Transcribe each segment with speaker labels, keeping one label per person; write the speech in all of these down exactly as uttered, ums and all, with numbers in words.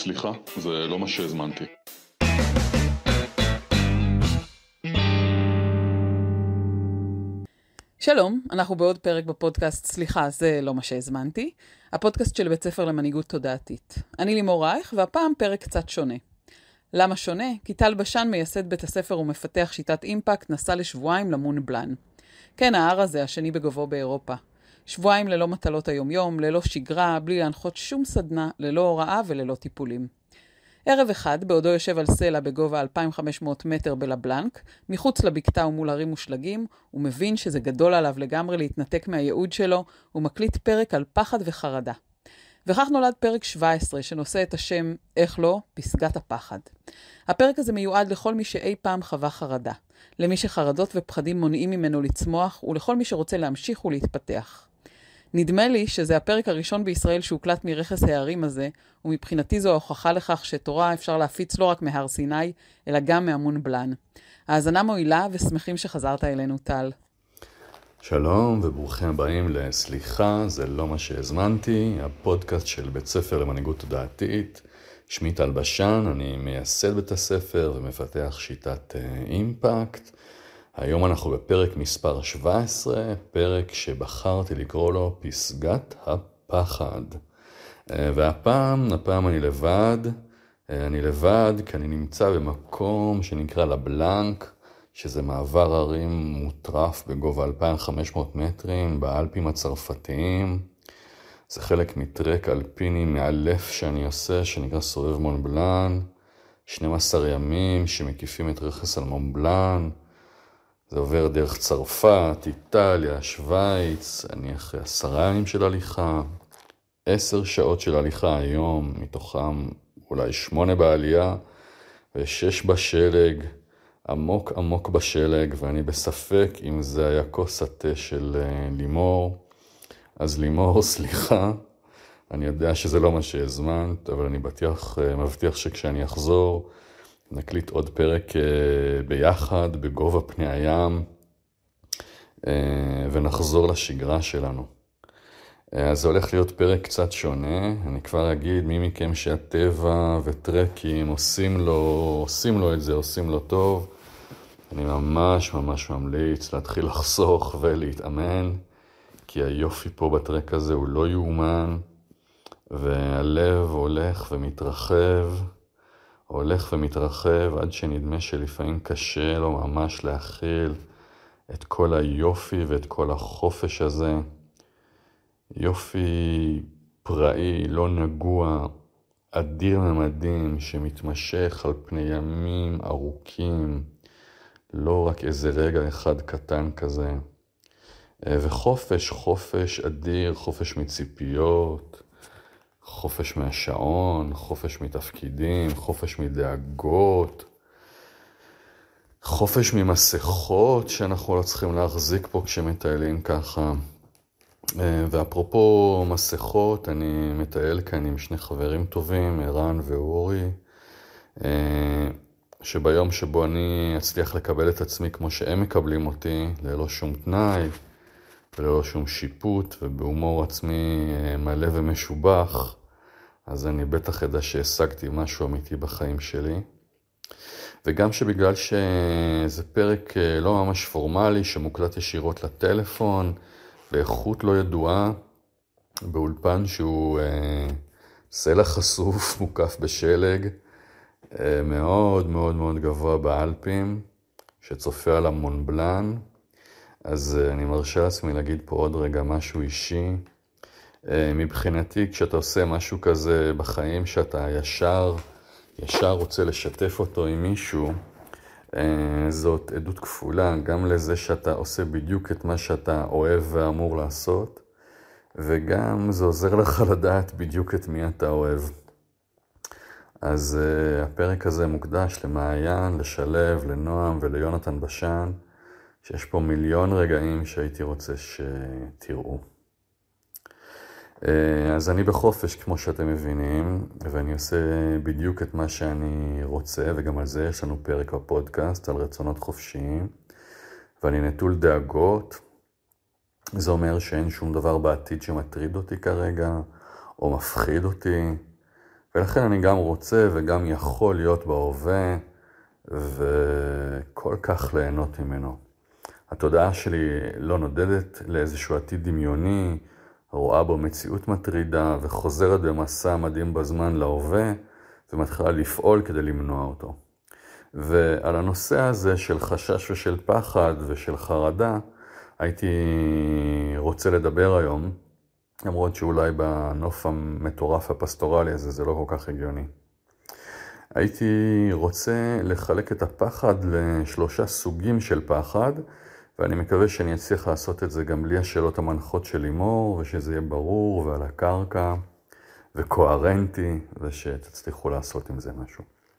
Speaker 1: סליחה, זה לא מה שהזמנתי.
Speaker 2: שלום, אנחנו בעוד פרק בפודקאסט סליחה, זה לא מה שהזמנתי, הפודקאסט של בית ספר למנהיגות תודעתית. אני לימור רייך, והפעם פרק קצת שונה. למה שונה? כי טל בשן, מייסד בית הספר ומפתח שיטת אימפקט, נסע לשבועיים למון בלאן. כן, ההר הזה, השני בגובהו באירופה. שבועיים ללא מטלות היומיום, ללא שגרה, בלי להנחות שום סדנה, ללא הוראה וללא טיפולים. ערב אחד, בעודו יושב על סלע בגובה אלפיים וחמש מאות מטר בלבלנק, מחוץ לבקתה ומול הרים ושלגים, הוא מבין שזה גדול עליו לגמרי להתנתק מהייעוד שלו, הוא מקליט פרק על פחד וחרדה. וכך נולד פרק שבע עשרה, שנושא את השם, איך לא, פסגת הפחד. הפרק הזה מיועד לכל מי שאי פעם חווה חרדה, למי שחרדות ופחדים מונעים ממנו לצמוח, ולכל מי שרוצה להמשיך ולהתפתח. נדמה לי שזה הפרק הראשון בישראל שהוקלט מרכס הערים הזה, ומבחינתי זו ההוכחה לכך שתורה אפשר להפיץ לא רק מהר סיני, אלא גם מהמון בלאן. האזנה מועילה ושמחים שחזרת אלינו, טל.
Speaker 3: שלום וברוכים הבאים לסליחה, זה לא מה שהזמנתי, הפודקאסט של בית ספר למנהיגות תודעתית. שמי טל בשן, אני מייסד בית הספר ומפתח שיטת אימפקט. היום אנחנו בפרק מספר שבע עשרה, פרק שבחרתי לקרוא לו פסגת הפחד. והפעם, הפעם אני לבד, אני לבד כי אני נמצא במקום שנקרא לבלנק, שזה מעבר הרים מוטרף בגובה אלפיים וחמש מאות מטרים באלפים הצרפתיים. זה חלק מטרק אלפיני מאלף שאני עושה, שנקרא סובב מון בלאן, שנים עשר ימים שמקיפים את רכס על מון בלאן. זה עובר דרך צרפת, איטליה, שוויץ, אני אחרי עשרה ימים של הליכה, עשר שעות של הליכה היום, מתוכם אולי שמונה בעלייה ושש בשלג, עמוק עמוק בשלג, ואני בספק אם זה היה כוס התה של לימור. אז לימור, סליחה, אני יודע שזה לא מה שהזמנת, אבל אני בטח, מבטיח שכשאני אחזור, נקליט עוד פרק ביחד, בגובה פני הים, ונחזור לשגרה שלנו. אז זה הולך להיות פרק קצת שונה. אני כבר אגיד, מי מכם שהטבע וטרקים עושים לו, עושים לו את זה, עושים לו טוב, אני ממש ממש ממליץ להתחיל לחסוך ולהתאמן, כי היופי פה בטרק הזה הוא לא יאומן, והלב הולך ומתרחב, הולך ומתרחב עד שנדמה שלפעמים קשה לו ממש להכיל את כל היופי ואת כל החופש הזה. יופי פראי, לא נגוע, אדיר ממדים שמתמשך על פני ימים ארוכים, לא רק איזה רגע אחד קטן כזה. וחופש, חופש אדיר, חופש מציפיות, חופש מהשעון, חופש מתפקידים, חופש מדאגות, חופש ממסכות שאנחנו לא צריכים להחזיק פה כשמטיילים ככה. ואפרופו מסכות, אני מטייל כאן עם שני חברים טובים, ערן ואורי, שביום שבו אני אצליח לקבל את עצמי כמו שהם מקבלים אותי, ללא שום תנאי וללא שום שיפוט ובהומור עצמי מלא ומשובח, אז אני בטח ידע שהשגתי משהו אמיתי בחיים שלי. וגם שבגלל שזה פרק לא ממש פורמלי, שמוקלט ישירות לטלפון, באיכות לא ידועה, באולפן שהוא אה, סלע חשוף, מוקף בשלג, אה, מאוד מאוד מאוד גבוה באלפים, שצופה על המון בלאן. אז אה, אני מרשה לעצמי להגיד פה עוד רגע משהו אישי. אה, מבחינתי, כשאתה עושה משהו כזה בחיים, שאתה ישר, ישר רוצה לשתף אותו עם מישהו, זאת עדות כפולה, גם לזה שאתה עושה בדיוק את מה שאתה אוהב ואמור לעשות, וגם זה עוזר לך לדעת בדיוק את מי אתה אוהב. אז uh, הפרק הזה מוקדש למעיין, לשלב, לנועם וליונתן בשן, שיש פה מיליון רגעים שהייתי רוצה שתראו. אז אני בחופש, כמו שאתם מבינים, ואני עושה בדיוק את מה שאני רוצה, וגם על זה יש לנו פרק בפודקאסט על רצונות חופשיים, ואני נטול דאגות. זה אומר שאין שום דבר בעתיד שמטריד אותי כרגע, או מפחיד אותי, ולכן אני גם רוצה וגם יכול להיות בהווה, וכל כך ליהנות ממנו. התודעה שלי לא נודדת לאיזשהו עתיד דמיוני, רואה בו מציאות מטרידה וחוזרת במסע מדהים בזמן להווה, ומתחילה לפעול כדי למנוע אותו. ועל הנושא הזה של חשש ושל פחד ושל חרדה, הייתי רוצה לדבר היום, למרות שאולי בנוף המטורף הפסטורלי הזה זה לא כל כך הגיוני. הייתי רוצה לחלק את הפחד לשלושה סוגים של פחד, ואני מקווה שאני אצליח לעשות את זה גם בלי השאלות המנחות של לימור, ושזה יהיה ברור ועל הקרקע וקוהרנטי, ושתצליחו לעשות עם זה משהו.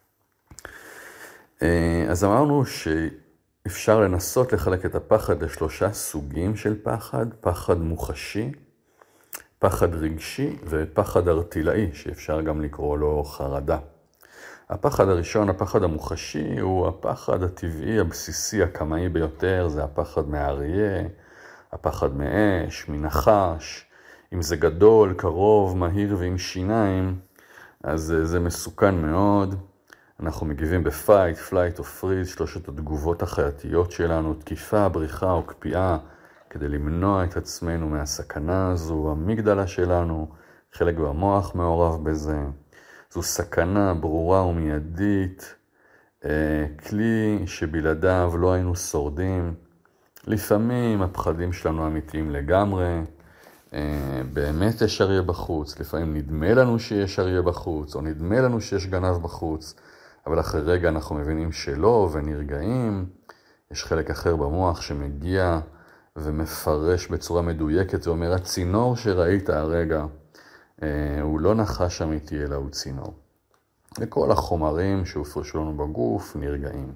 Speaker 3: אז אמרנו שאפשר לנסות לחלק את הפחד לשלושה סוגים של פחד, פחד מוחשי, פחד רגשי ופחד ארטילאי, שאפשר גם לקרוא לו חרדה. הפחד הראשון, הפחד המוחשי, הוא הפחד הטבעי, הבסיסי, הקמאי ביותר, זה הפחד מהאריה, הפחד מאש, מנחש. אם זה גדול, קרוב, מהיר ועם שיניים, אז זה מסוכן מאוד. אנחנו מגיבים בפייט, פלייט או פריז, שלושת התגובות החייתיות שלנו, תקיפה, בריחה או קפיאה, כדי למנוע את עצמנו מהסכנה הזו. המגדלה שלנו, חלק במוח מעורב בזה. זו סכנה ברורה ומיידית, כלי שבלעדיו לא היינו שורדים. לפעמים הפחדים שלנו אמיתיים לגמרי, באמת יש אריה בחוץ, לפעמים נדמה לנו שיש אריה בחוץ, או נדמה לנו שיש גנב בחוץ, אבל אחרי רגע אנחנו מבינים שלא ונרגעים. יש חלק אחר במוח שמגיע ומפרש בצורה מדויקת, ואומר, הצינור שראית הרגע, הוא לא נחש אמיתי, אלא הוא צינור. וכל החומרים שהופרשו לנו בגוף נרגעים.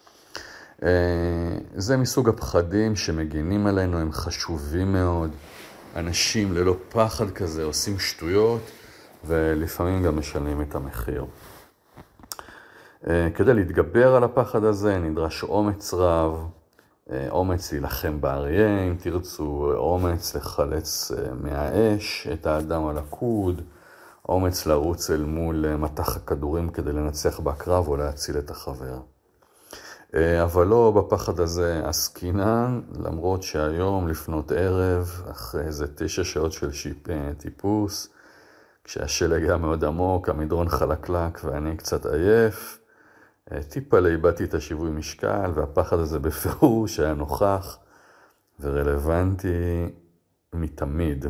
Speaker 3: זה מסוג הפחדים שמגינים עלינו, הם חשובים מאוד. אנשים ללא פחד כזה עושים שטויות, ולפעמים גם משלמים את המחיר. כדי להתגבר על הפחד הזה נדרש אומץ רב, אומץ להילחם באריה, אם תרצו, אומץ לחלץ מהאש את האדם על הקוד, אומץ לרוץ אל מול מטח הכדורים כדי לנצח בקרב או להציל את החבר. אבל לא בפחד הזה עסקינן, למרות שהיום לפנות ערב, אחרי איזה תשע שעות של שיפ, טיפוס, כשהשלג היה מאוד עמוק, המדרון חלקלק ואני קצת עייף, טיפה לאיבדתי את השיווי משקל, והפחד הזה בפירוש היה נוכח ורלוונטי מתמיד.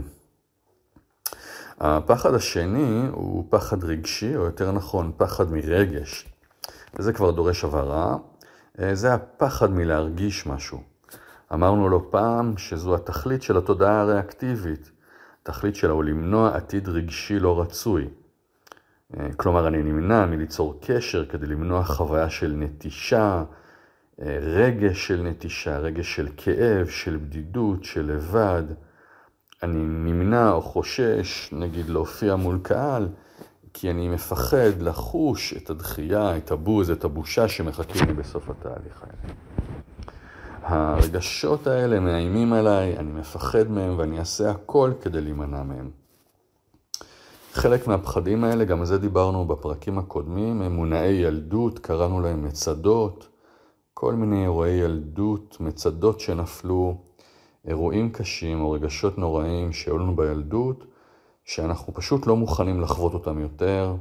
Speaker 3: הפחד השני הוא פחד רגשי, או יותר נכון פחד מרגש, וזה כבר דורש הבהרה. זה הפחד מלהרגיש משהו. אמרנו לו פעם שזו התכלית של התודעה הריאקטיבית. התכלית שלה הוא למנוע עתיד רגשי לא רצוי. כלומר, אני נמנע מליצור קשר כדי למנוע חוויה של נטישה, רגש של נטישה, רגש של כאב, של בדידות, של לבד. אני נמנע או חושש, נגיד, להופיע מול קהל, כי אני מפחד לחוש את הדחייה, את הבוז, את הבושה שמחכים לי בסוף התהליך האלה. הרגשות האלה מאיימים עליי, אני מפחד מהם ואני אעשה הכל כדי להימנע מהם. חלק מהפחדים האלה, גם על זה דיברנו בפרקים הקודמים, הם מונעי ילדות, קראנו להם מצדות, כל מיני אירועי ילדות, מצדות שנפלו, אירועים קשים או רגשות נוראים שהיו לנו בילדות, שאנחנו פשוט לא מוכנים לחוות אותם יותר,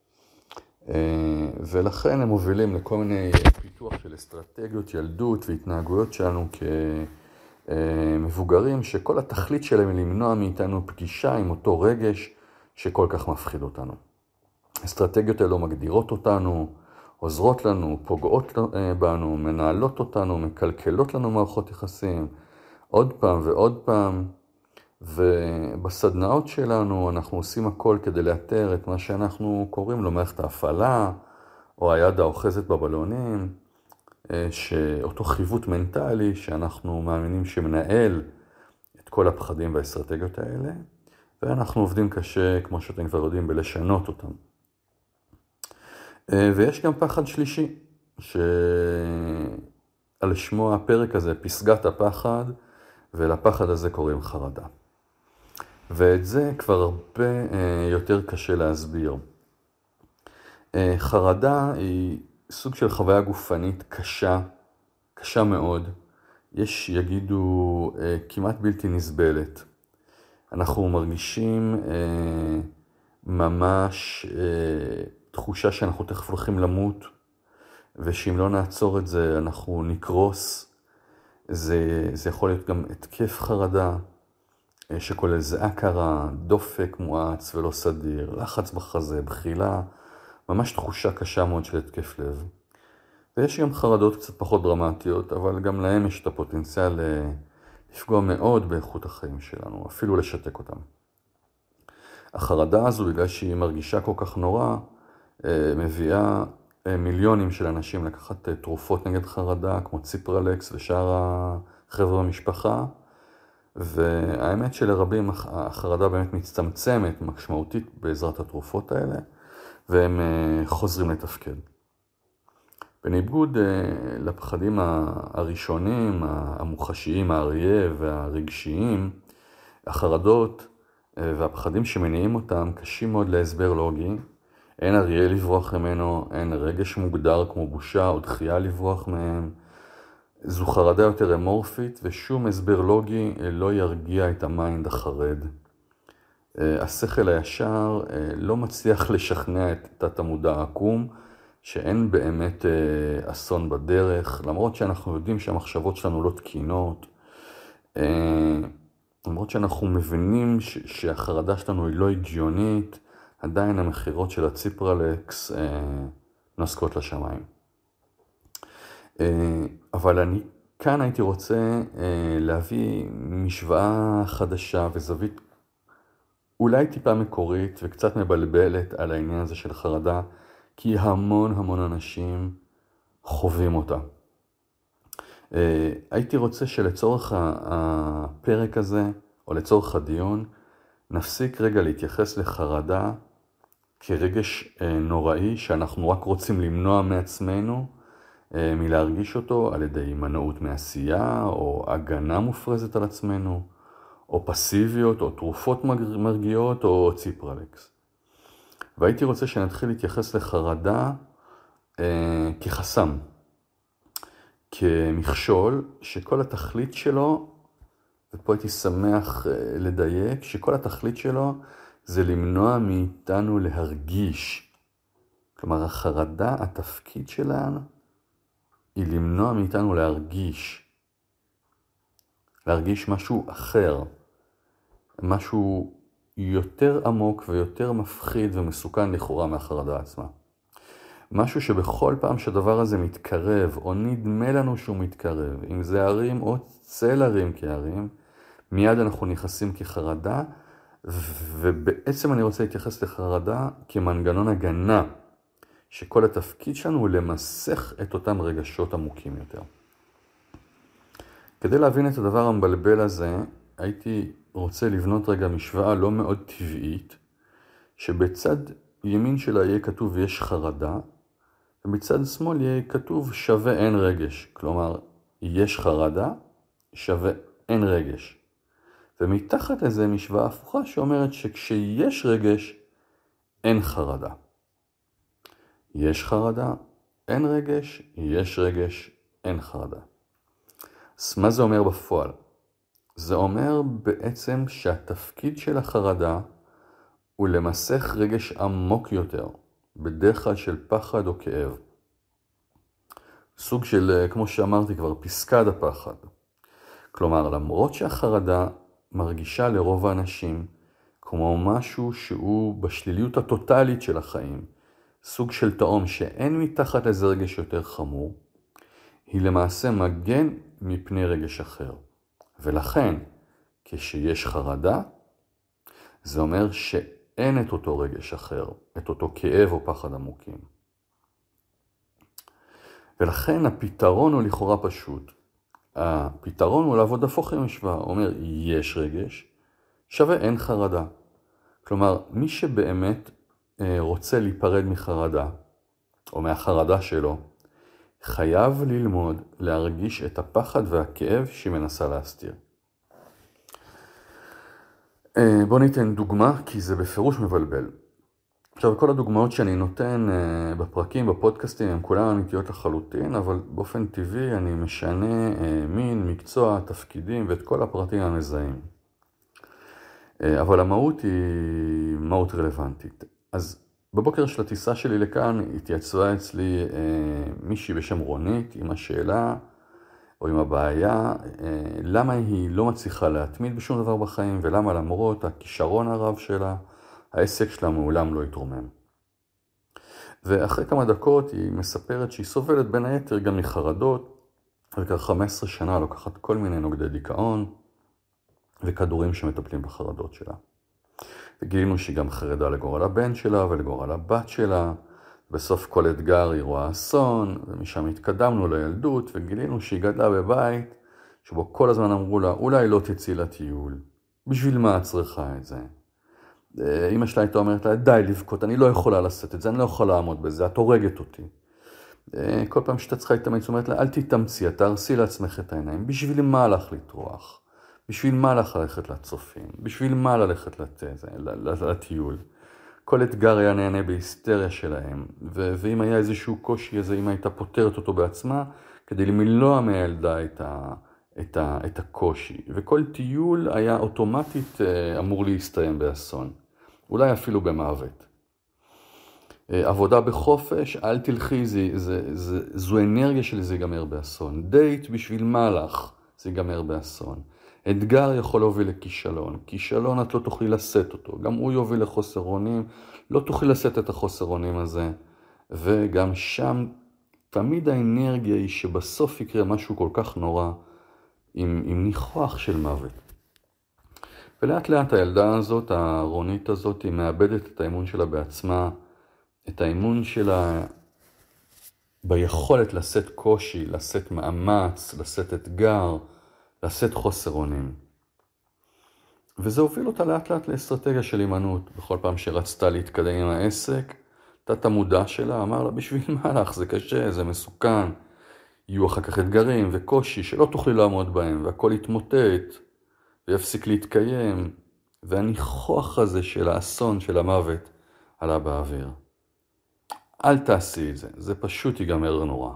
Speaker 3: ולכן הם מובילים לכל מיני פיתוח של אסטרטגיות ילדות והתנהגויות שלנו כמבוגרים, שכל התכלית שלהם היא למנוע מאיתנו פגישה עם אותו רגש שכל כך מפחיד אותנו. אסטרטגיות האלו מגדירות אותנו, עוזרות לנו, פוגעות בנו, מנהלות אותנו, מקלקלות לנו מערכות יחסים, עוד פעם ועוד פעם, ובסדנאות שלנו אנחנו עושים הכל כדי לאתר את מה שאנחנו קוראים לו מערכת ההפעלה, או היד האוחזת בבלונים, שאותו חיווט מנטלי שאנחנו מאמינים שמנהל את כל הפחדים והאסטרטגיות האלה, ואנחנו עובדים קשה, כמו שאתם כבר יודעים, בלשנות אותם. ויש גם פחד שלישי, שעל שמו הפרק הזה, פסגת הפחד, ולפחד הזה קוראים חרדה. ואת זה כבר הרבה יותר קשה להסביר. חרדה היא סוג של חוויה גופנית קשה, קשה מאוד. יש יגידו כמעט בלתי נסבלת. אנחנו מרגישים ממש תחושה שאנחנו תכף הולכים למות, ושאם לא נעצור את זה אנחנו נקרוס. זה, זה יכול להיות גם התקף חרדה, שכולל זיעה קרה, דופק מואץ ולא סדיר, לחץ בחזה, בחילה, ממש תחושה קשה מאוד של התקף לב. ויש גם חרדות קצת פחות דרמטיות, אבל גם להם יש את הפוטנציאל לפגוע מאוד באיכות החיים שלנו, אפילו לשתק אותם. החרדה הזו, בגלל שהיא מרגישה כל כך נורא, מביאה מיליונים של אנשים לקחת תרופות נגד חרדה, כמו ציפרלקס ושאר החבר'ה במשפחה, והאמת שלרבים החרדה באמת מצטמצמת משמעותית בעזרת התרופות האלה, והם חוזרים לתפקד. בניגוד לפחדים הראשונים, המוחשיים, האריה והרגשיים, החרדות והפחדים שמניעים אותם קשים מאוד להסבר לוגי. אין אריה לברוח ממנו, אין רגש מוגדר כמו בושה או דחייה לברוח מהם. זו חרדה יותר אמורפית, ושום הסבר לוגי לא ירגיע את המיינד החרד. השכל הישר לא מצליח לשכנע את תת המודע העקום, שאין באמת אסון בדרך, למרות שאנחנו יודעים שהמחשבות שלנו לא תקינות, למרות שאנחנו מבינים שהחרדה שלנו היא לא הגיונית, עדיין המחירות של הציפרלקס נוסקות לשמיים. אבל אני כאן הייתי רוצה להביא משוואה חדשה וזווית אולי טיפה מקורית וקצת מבלבלת על העניין הזה של חרדה, כי המון המון אנשים חווים אותה. הייתי רוצה שלצורך הפרק הזה, או לצורך הדיון, נפסיק רגע להתייחס לחרדה כרגש נוראי שאנחנו רק רוצים למנוע מעצמנו מלהרגיש אותו על ידי הימנעות מעשייה או הגנה מופרזת על עצמנו, או פסיביות או תרופות מרגיעות או ציפרלקס. והייתי רוצה שנתחיל להתייחס לחרדה אה, כחסם, כמכשול שכל התכלית שלו, ופה הייתי שמח אה, לדייק, שכל התכלית שלו זה למנוע מאיתנו להרגיש. כלומר, החרדה, התפקיד שלנו, היא למנוע מאיתנו להרגיש. להרגיש משהו אחר, משהו יותר עמוק ויותר מפחיד ומסוכן לכאורה מהחרדה עצמה. משהו שבכל פעם שהדבר הזה מתקרב, או נדמה לנו שהוא מתקרב, אם זה הרים או צל הרים כהרים, מיד אנחנו נכנסים כחרדה, ובעצם אני רוצה להתייחס לחרדה כמנגנון הגנה, שכל התפקיד שלנו הוא למסך את אותם רגשות עמוקים יותר. כדי להבין את הדבר המבלבל הזה, הייתי רוצה לבנות רגע משוואה לא מאוד טבעית, שבצד ימין שלה יהיה כתוב יש חרדה, ובצד שמאל יהיה כתוב שווה אין רגש. כלומר, יש חרדה, שווה אין רגש. ומתחת לזה משוואה הפוכה שאומרת שכשיש רגש, אין חרדה. יש חרדה, אין רגש, יש רגש, אין חרדה. אז מה זה אומר בפועל? זה אומר בעצם שהתפקיד של החרדה הוא למסך רגש עמוק יותר, בדרך כלל של פחד או כאב. סוג של, כמו שאמרתי כבר, פסקד הפחד. כלומר, למרות שהחרדה מרגישה לרוב האנשים כמו משהו שהוא בשליליות הטוטלית של החיים, סוג של תאום שאין מתחת לזה רגש יותר חמור, היא למעשה מגן מפני רגש אחר. ולכן, כשיש חרדה, זה אומר שאין את אותו רגש אחר, את אותו כאב או פחד עמוקים. ולכן הפתרון הוא לכאורה פשוט. הפתרון הוא לעבוד הפוך עם משוואה. הוא אומר, יש רגש, שווה אין חרדה. כלומר, מי שבאמת רוצה להיפרד מחרדה, או מהחרדה שלו, חייב ללמוד להרגיש את הפחד והכאב שהיא מנסה להסתיר. בוא ניתן דוגמה, כי זה בפירוש מבלבל. עכשיו, כל הדוגמאות שאני נותן uh, בפרקים, בפודקאסטים, הם כולן אמיתיות לחלוטין, אבל באופן טבעי אני משנה uh, מין, מקצוע, תפקידים ואת כל הפרטים המזהים. Uh, אבל המהות היא מהות רלוונטית. אז בבוקר של הטיסה שלי לכאן התייצבה אצלי uh, מישהי בשם רונית עם השאלה או עם הבעיה, uh, למה היא לא מצליחה להתמיד בשום דבר בחיים, ולמה למרות הכישרון הרב שלה, העסק שלה מעולם לא התרומם. ואחרי כמה דקות היא מספרת שהיא סובלת בין היתר גם מחרדות, וכך חמש עשרה שנה לוקחת כל מיני נוגדי דיכאון וכדורים שמטפלים בחרדות שלה. וגילינו שהיא גם חרדה לגורל הבן שלה ולגורל הבת שלה. בסוף כל אתגר היא רואה אסון, ומשם התקדמנו לילדות וגילינו שהיא גדלה בבית שבו כל הזמן אמרו לה, אולי לא תצאי לטיול, בשביל מה את צריכה את זה? אמא שלה הייתה אומרת לה, די לבכות, אני לא יכולה לשאת את זה, אני לא יכולה לעמוד בזה, את הורגת אותי. כל פעם שאתה צריכה להתאמץ, זאת אומרת לה, אל תתאמצי, תהרסי לעצמך את העיניים, בשביל מה לך לטרוח? בשביל מה לך ללכת לצופים? בשביל מה ללכת לתזה, לטיול? כל אתגר היה נהנה בהיסטריה שלהם, ו- ואם היה איזשהו קושי הזה, אם הייתה פותרת אותו בעצמה, כדי למנוע מהילדה את ה... את, ה, את הקושי, וכל טיול היה אוטומטית אמור להסתיים באסון, אולי אפילו במוות. עבודה בחופש, אל תלכי, זה, זה, זה, זו אנרגיה שלי, זה ייגמר באסון. דייט בשביל מה לך, זה ייגמר באסון. אתגר יכול להוביל לכישלון, כישלון את לא תוכלי לשאת אותו, גם הוא יוביל לחוסר אונים, לא תוכלי לשאת את החוסר אונים הזה, וגם שם תמיד האנרגיה היא שבסוף יקרה משהו כל כך נורא, עם, עם ניחוח של מוות. ולאט לאט הילדה הזאת, הרונית הזאת, היא מאבדת את האמון שלה בעצמה, את האמון שלה ביכולת לשאת קושי, לשאת מאמץ, לשאת אתגר, לשאת חוסר אונים. וזה הוביל אותה לאט לאט לאסטרטגיה של הימנעות. בכל פעם שרצתה להתקדם עם העסק, תת המודע שלה אמר לה, בשביל מה לך? זה קשה, זה מסוכן. יהיו אחר כך אתגרים וקושי שלא תוכלי לעמוד בהם, והכל יתמוטט ויפסיק להתקיים, והניחוח הזה של האסון, של המוות, עלה באוויר. אל תעשי את זה, זה פשוט ייגמר נורא.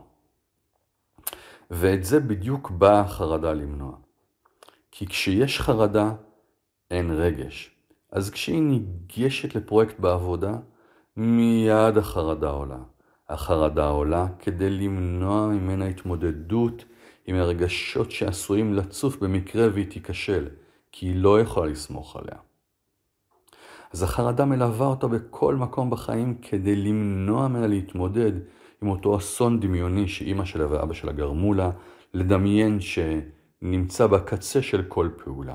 Speaker 3: ואת זה בדיוק באה החרדה למנוע. כי כשיש חרדה, אין רגש. אז כשהיא ניגשת לפרויקט בעבודה, מיד החרדה עולה. החרדה עולה כדי למנוע ממנה התמודדות עם הרגשות שעשויים לצוף במקרה והיא תיכשל, כי היא לא יכולה לסמוך עליה. אז החרדה מלווה אותה בכל מקום בחיים כדי למנוע ממנה להתמודד עם אותו אסון דמיוני שאמא שלה ואבא שלה גרמו לה, לדמיין שנמצא בקצה של כל פעולה.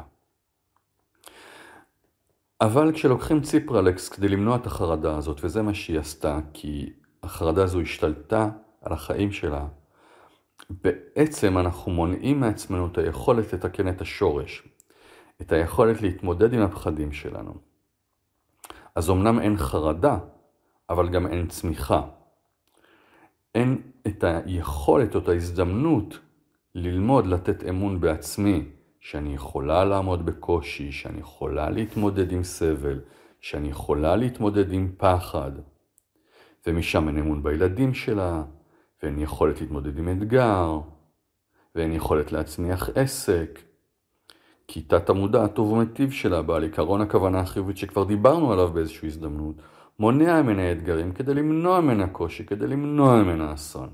Speaker 3: אבל כשלוקחים ציפרלקס כדי למנוע את החרדה הזאת, וזה מה שהיא עשתה, כי החרדה הזו השתלטה על החיים שלה, בעצם אנחנו מונעים מעצמנו את היכולת לתקן את השורש, את היכולת להתמודד עם הפחדים שלנו. אז אמנם אין חרדה, אבל גם אין צמיחה. אין את היכולת או את ההזדמנות ללמוד לתת אמון בעצמי, שאני יכולה לעמוד בקושי, שאני יכולה להתמודד עם סבל, שאני יכולה להתמודד עם פחד. ומשם אין אמון בילדים שלה, ואין יכולת להתמודד עם אתגר, ואין יכולת להצמיח עסק. כי תת המודע הטוב ומטיב שלה, בעל עיקרון הכוונה החיובית שכבר דיברנו עליו באיזושהי הזדמנות, מונע ממנה אתגרים כדי למנוע ממנה קושי, כדי למנוע ממנה אסון.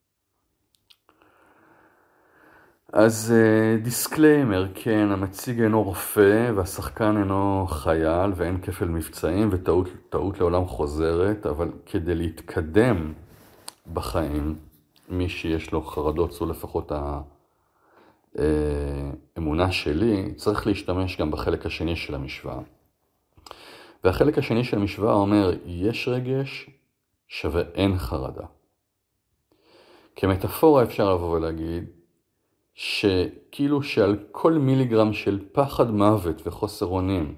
Speaker 3: אז דיסקליימר, כן, המציג אינו רופא והשחקן אינו חייל ואין כפל מבצעים וטעות טעות לעולם חוזרת, אבל כדי להתקדם בחיים, מי שיש לו חרדות, זו לפחות האמונה שלי, צריך להשתמש גם בחלק השני של המשוואה. והחלק השני של המשוואה אומר, יש רגש שווה אין חרדה. כמטאפורה אפשר לבוא ולהגיד, שכאילו שעל כל מיליגרם של פחד מוות וחוסר אונים,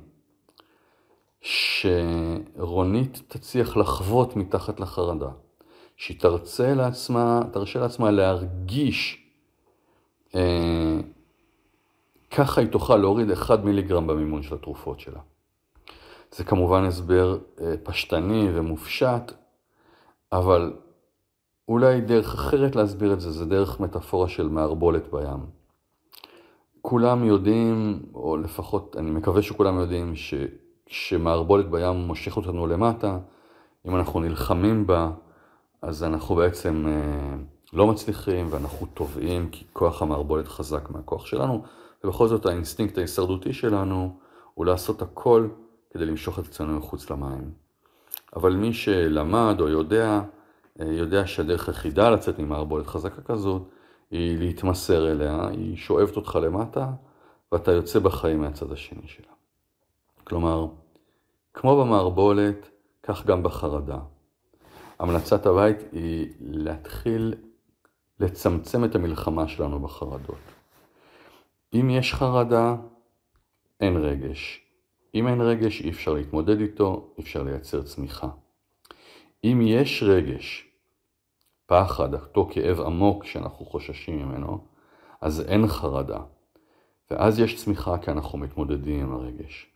Speaker 3: שרונית תצליח לחוות מתחת לחרדה, שהיא תרצה לעצמה, תרשה לעצמה להרגיש, אה, ככה היא תוכל להוריד אחד מיליגרם במימון של התרופות שלה. זה כמובן הסבר פשטני ומופשט, אבל אולי דרך אחרת להסביר את זה, זה דרך מטאפורה של מערבולת בים. כולם יודעים, או לפחות אני מקווה שכולם יודעים, שכשמערבולת בים מושך אותנו למטה, אם אנחנו נלחמים בה, אז אנחנו בעצם לא מצליחים ואנחנו טובעים, כי כוח המערבולת חזק מהכוח שלנו, ובכל זאת האינסטינקט ההישרדותי שלנו הוא לעשות הכל כדי למשוך את עצמנו מחוץ למים. אבל מי שלמד או יודע, יודע שהדרך היחידה לצאת ממערבולת חזקה כזאת, היא להתמסר אליה, היא שואבת אותך למטה, ואתה יוצא בחיים מהצד השני שלה. כלומר, כמו במערבולת, כך גם בחרדה. המלצת הבית היא להתחיל לצמצם את המלחמה שלנו בחרדות. אם יש חרדה, אין רגש. אם אין רגש, אי אפשר להתמודד איתו, אי אפשר לייצר צמיחה. אם יש רגש, פחד, אותו כאב עמוק שאנחנו חוששים ממנו, אז אין חרדה. ואז יש צמיחה כי אנחנו מתמודדים עם הרגש.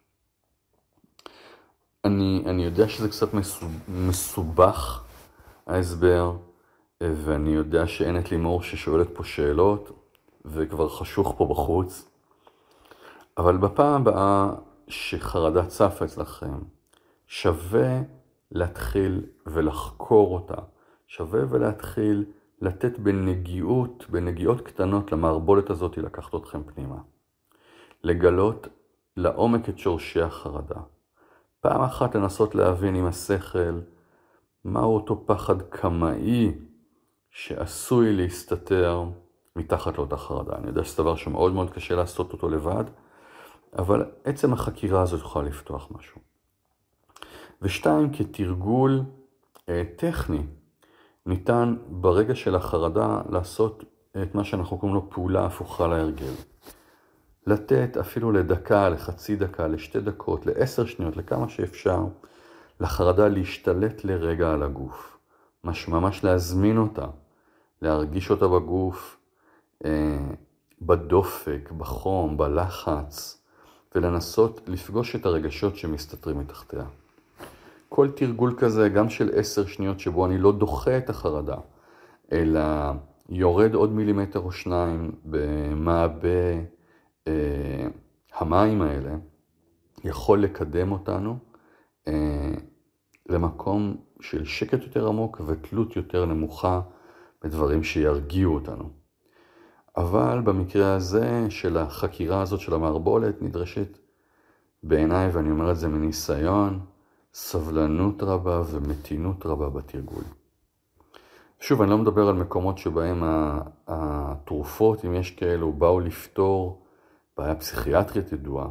Speaker 3: אני, אני יודע שזה קצת מסובך, ההסבר, ואני יודע שאין את לימור ששואלת פה שאלות, וכבר חשוך פה בחוץ. אבל בפעם הבאה שחרדה צפה אצלכם, שווה להתחיל ולחקור אותה. שווה ולהתחיל לתת בנגיעות, בנגיעות קטנות למערבולת הזאת לקחת אתכם פנימה. לגלות לעומק את שורשי החרדה. פעם אחת לנסות להבין עם השכל מהו אותו פחד קמאי שעשוי להסתתר מתחת לאותה חרדה. אני יודע שזה דבר שמאוד מאוד קשה לעשות אותו לבד, אבל עצם החקירה הזאת יכולה לפתוח משהו. ושתיים, כתרגול אה, טכני, ניתן ברגע של החרדה לעשות את מה שאנחנו קוראים לו פעולה הפוכה להרגל. לתת אפילו לדקה, לחצי דקה, לשתי דקות, לעשר שניות, לכמה שאפשר, לחרדה להשתלט לרגע על הגוף. מש, ממש להזמין אותה, להרגיש אותה בגוף, אה, בדופק, בחום, בלחץ, ולנסות לפגוש את הרגשות שמסתתרים מתחתיה. כל תרגול כזה, גם של עשר שניות שבו אני לא דוחה את החרדה, אלא יורד עוד מילימטר או שניים במעבה אה, המים האלה, יכול לקדם אותנו אה, למקום של שקט יותר עמוק ותלות יותר נמוכה בדברים שירגיעו אותנו. אבל במקרה הזה של החקירה הזאת של המערבולת נדרשת בעיניי, ואני אומר את זה מניסיון, סבלנות רבה ומתינות רבה בתרגול. שוב, אני לא מדבר על מקומות שבהם התרופות, אם יש כאלו, באו לפתור בעיה פסיכיאטרית ידועה.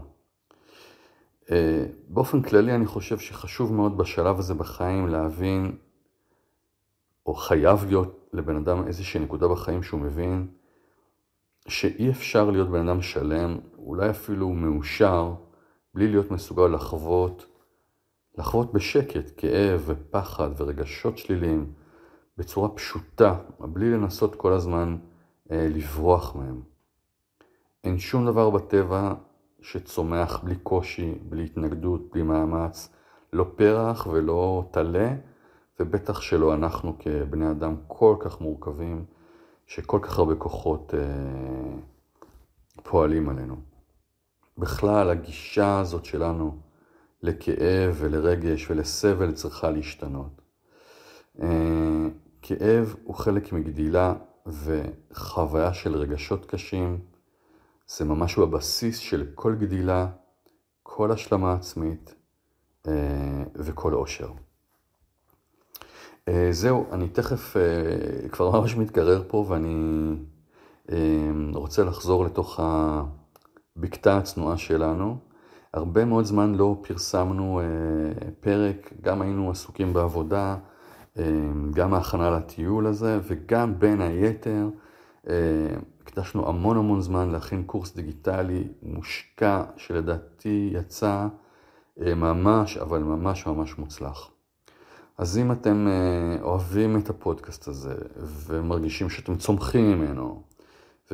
Speaker 3: באופן כללי אני חושב שחשוב מאוד בשלב הזה בחיים להבין, או חייב להיות לבן אדם איזושהי נקודה בחיים שהוא מבין, שאי אפשר להיות בן אדם שלם, אולי אפילו מאושר, בלי להיות מסוגל לחוות, לחוות בשקט, כאב ופחד ורגשות שליליים, בצורה פשוטה, בלי לנסות כל הזמן אה, לברוח מהם. אין שום דבר בטבע שצומח בלי קושי, בלי התנגדות, בלי מאמץ, לא פרח ולא תלה, ובטח שלא אנחנו כבני אדם כל כך מורכבים, שכל כך הרבה כוחות אה, פועלים עלינו. בכלל, הגישה הזאת שלנו לכאב ולרגש ולסבל צריכה להשתנות. אה, כאב הוא חלק מגדילה וחוויה של רגשות קשים. זה ממש בבסיס של כל גדילה, כל השלמה עצמית אה, וכל אושר. זהו, אני תכף כבר ממש מתקרר פה ואני רוצה לחזור לתוך הבקתה הצנועה שלנו. הרבה מאוד זמן לא פרסמנו פרק, גם היינו עסוקים בעבודה, גם ההכנה לטיול הזה, וגם בין היתר הקדשנו המון המון זמן להכין קורס דיגיטלי מושקע שלדעתי יצא ממש, אבל ממש ממש מוצלח. אז אם אתם אוהבים את הפודקאסט הזה ומרגישים שאתם צומחים ממנו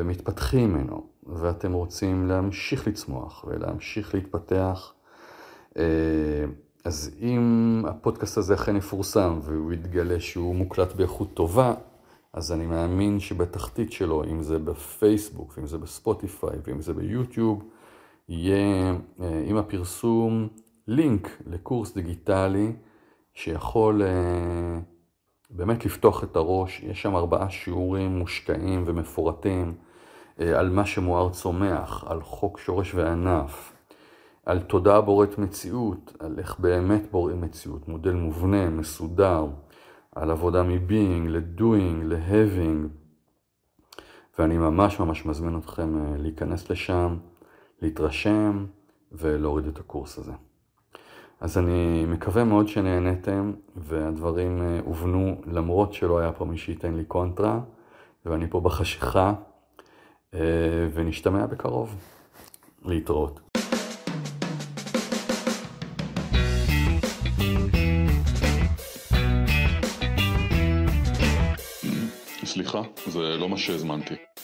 Speaker 3: ומתפתחים ממנו ואתם רוצים להמשיך לצמוח ולהמשיך להתפתח, אז אם הפודקאסט הזה אכן יפורסם והוא יתגלה שהוא מוקלט באיכות טובה, אז אני מאמין שבתחתית שלו, אם זה בפייסבוק, ואם זה בספוטיפיי, ואם זה ביוטיוב, יהיה עם הפרסום לינק לקורס דיגיטלי שיכול באמת לפתוח את הראש. יש שם ארבעה שיעורים מושקעים ומפורטים על מה שמואר צומח, על חוק שורש וענף, על תודעה בוראת מציאות, על איך באמת בוראים מציאות, מודל מובנה, מסודר, על עבודה מ-being ל-doing, ל-having, ואני ממש ממש מזמין אתכם להיכנס לשם, להתרשם ולהוריד את הקורס הזה. אז אני מקווה מאוד שנהנתם והדברים הובנו, למרות שלא היה פה מי שייתן לי קונטרה, ואני פה בחשיכה, ונשתמע בקרוב. להתראות.
Speaker 1: סליחה, זה לא מה שהזמנתי.